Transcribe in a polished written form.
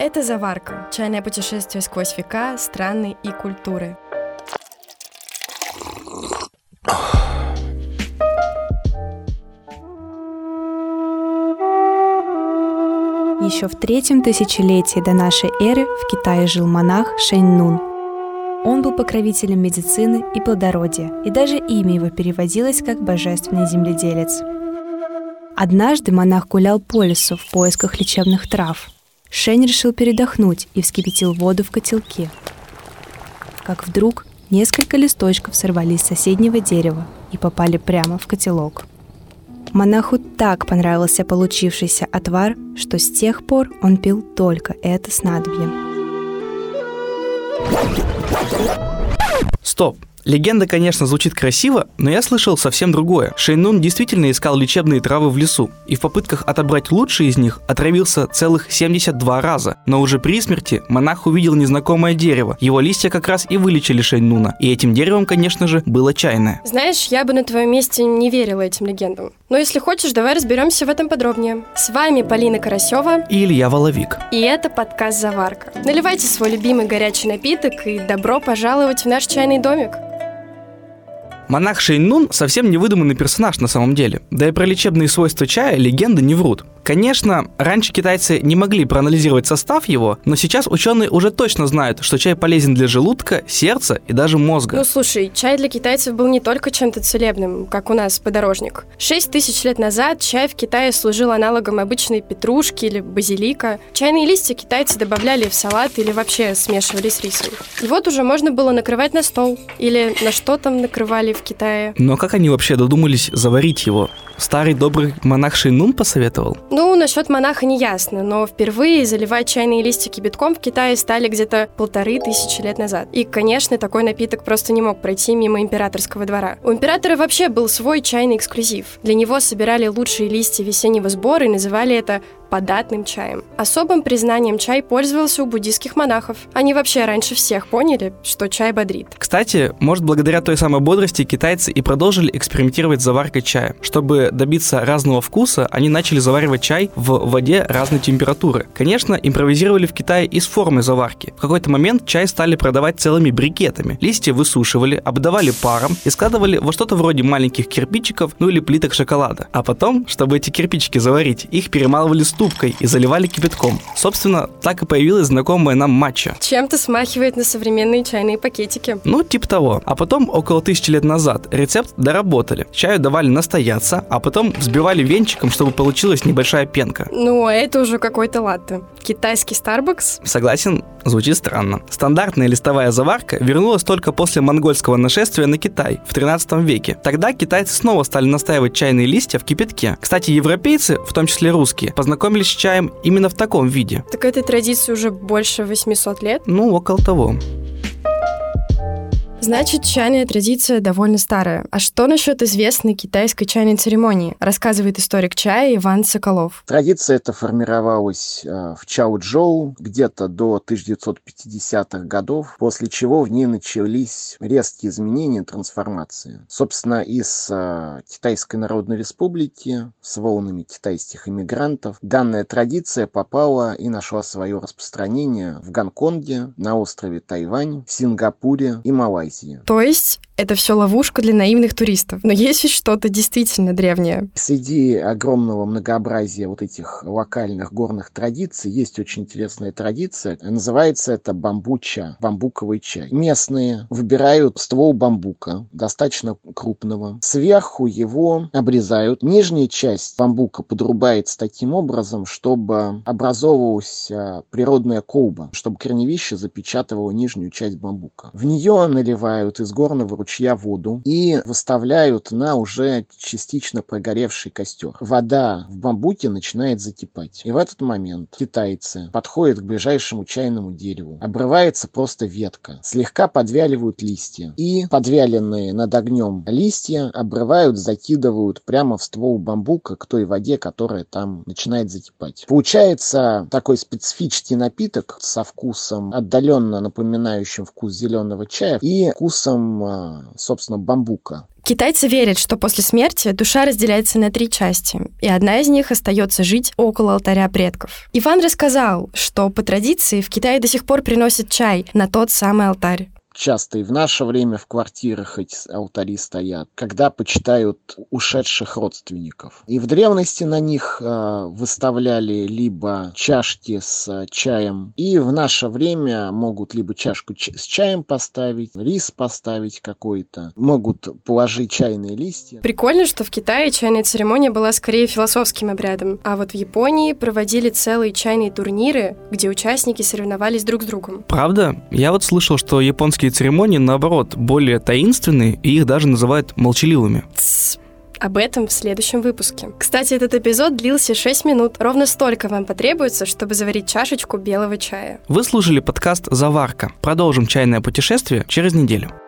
Это «Заварка» – чайное путешествие сквозь века, страны и культуры. Еще в 3 тысячелетии до нашей эры в Китае жил монах Шэньнун. Он был покровителем медицины и плодородия, и даже имя его переводилось как «божественный земледелец». Однажды монах гулял по лесу в поисках лечебных трав. Шэнь решил передохнуть и вскипятил воду в котелке. Как вдруг несколько листочков сорвались с соседнего дерева и попали прямо в котелок. Монаху так понравился получившийся отвар, что с тех пор он пил только это снадобье. Стоп! Легенда, конечно, звучит красиво, но я слышал совсем другое. Шэньнун действительно искал лечебные травы в лесу, и в попытках отобрать лучшие из них отравился целых 72 раза. Но уже при смерти монах увидел незнакомое дерево. Его листья как раз и вылечили Шэньнуна. И этим деревом, конечно же, было чайное. Знаешь, я бы на твоем месте не верила этим легендам. Но если хочешь, давай разберемся в этом подробнее. С вами Полина Карасева и Илья Воловик. И это подкаст «Заварка». Наливайте свой любимый горячий напиток и добро пожаловать в наш чайный домик. Монах Шэньнун совсем не выдуманный персонаж на самом деле. Да и про лечебные свойства чая легенды не врут. Конечно, раньше китайцы не могли проанализировать состав его, но сейчас ученые уже точно знают, что чай полезен для желудка, сердца и даже мозга. Ну слушай, чай для китайцев был не только чем-то целебным, как у нас подорожник. 6000 лет назад чай в Китае служил аналогом обычной петрушки или базилика. Чайные листья китайцы добавляли в салат или вообще смешивали с рисом. И вот уже можно было накрывать на стол. Или на что там накрывали в Китае. Но как они вообще додумались заварить его? Старый добрый монах Шэньнун посоветовал? Ну, насчет монаха не ясно, но впервые заливать чайные листья кипятком в Китае стали где-то 1500 лет назад. И, конечно, такой напиток просто не мог пройти мимо императорского двора. У императора вообще был свой чайный эксклюзив. Для него собирали лучшие листья весеннего сбора и называли это податным чаем. Особым признанием чай пользовался у буддийских монахов. Они вообще раньше всех поняли, что чай бодрит. Кстати, может, благодаря той самой бодрости китайцы и продолжили экспериментировать с заваркой чая. Чтобы добиться разного вкуса, они начали заваривать чай в воде разной температуры. Конечно, импровизировали в Китае и с формой заварки. В какой-то момент чай стали продавать целыми брикетами. Листья высушивали, обдавали паром и складывали во что-то вроде маленьких кирпичиков, ну или плиток шоколада. А потом, чтобы эти кирпичики заварить, их перемалывали ступкой и заливали кипятком. Собственно, так и появилась знакомая нам матча. Чем-то смахивает на современные чайные пакетики. Ну, типа того. А потом, около 1000 лет назад, рецепт доработали. Чаю давали настояться, а потом взбивали венчиком, чтобы получилась небольшая пенка. Ну, это уже какой-то латте. Китайский Starbucks? Согласен, звучит странно. Стандартная листовая заварка вернулась только после монгольского нашествия на Китай в 13 веке. Тогда китайцы снова стали настаивать чайные листья в кипятке. Кстати, европейцы, в том числе русские, познакомились с чаем именно в таком виде. Так этой традиции уже больше 800 лет? Ну, около того. Значит, чайная традиция довольно старая. А что насчет известной китайской чайной церемонии? Рассказывает историк чая Иван Соколов. Традиция эта формировалась в Чаочжоу где-то до 1950-х годов, после чего в ней начались резкие изменения и трансформации. Собственно, из Китайской Народной Республики с волнами китайских иммигрантов данная традиция попала и нашла свое распространение в Гонконге, на острове Тайвань, Сингапуре и Малайзии. То есть это все ловушка для наивных туристов. Но есть ведь что-то действительно древнее. Среди огромного многообразия вот этих локальных горных традиций есть очень интересная традиция. Называется это бамбуча, бамбуковый чай. Местные выбирают ствол бамбука, достаточно крупного. Сверху его обрезают. Нижняя часть бамбука подрубается таким образом, чтобы образовывалась природная колба, чтобы корневище запечатывало нижнюю часть бамбука. В нее наливают из горного ручья воду и выставляют на уже частично прогоревший костер. Вода в бамбуке начинает закипать. И в этот момент китайцы подходят к ближайшему чайному дереву. Обрывается просто ветка. Слегка подвяливают листья. И подвяленные над огнем листья обрывают, закидывают прямо в ствол бамбука к той воде, которая там начинает закипать. Получается такой специфический напиток со вкусом, отдаленно напоминающим вкус зеленого чая и вкусом собственно, бамбука. Китайцы верят, что после смерти душа разделяется на 3 части, и одна из них остается жить около алтаря предков. Иван рассказал, что по традиции в Китае до сих пор приносят чай на тот самый алтарь. Часто и в наше время в квартирах эти алтари стоят, когда почитают ушедших родственников. И в древности на них выставляли либо чашки с чаем, и в наше время могут либо чашку с чаем поставить, рис поставить какой-то, могут положить чайные листья. Прикольно, что в Китае чайная церемония была скорее философским обрядом, а вот в Японии проводили целые чайные турниры, где участники соревновались друг с другом. Правда? Я вот слышал, что японские церемонии, наоборот, более таинственные, и их даже называют молчаливыми. Об этом в следующем выпуске. Кстати, этот эпизод длился 6 минут. Ровно столько вам потребуется, чтобы заварить чашечку белого чая. Вы слушали подкаст «Заварка». Продолжим чайное путешествие через неделю.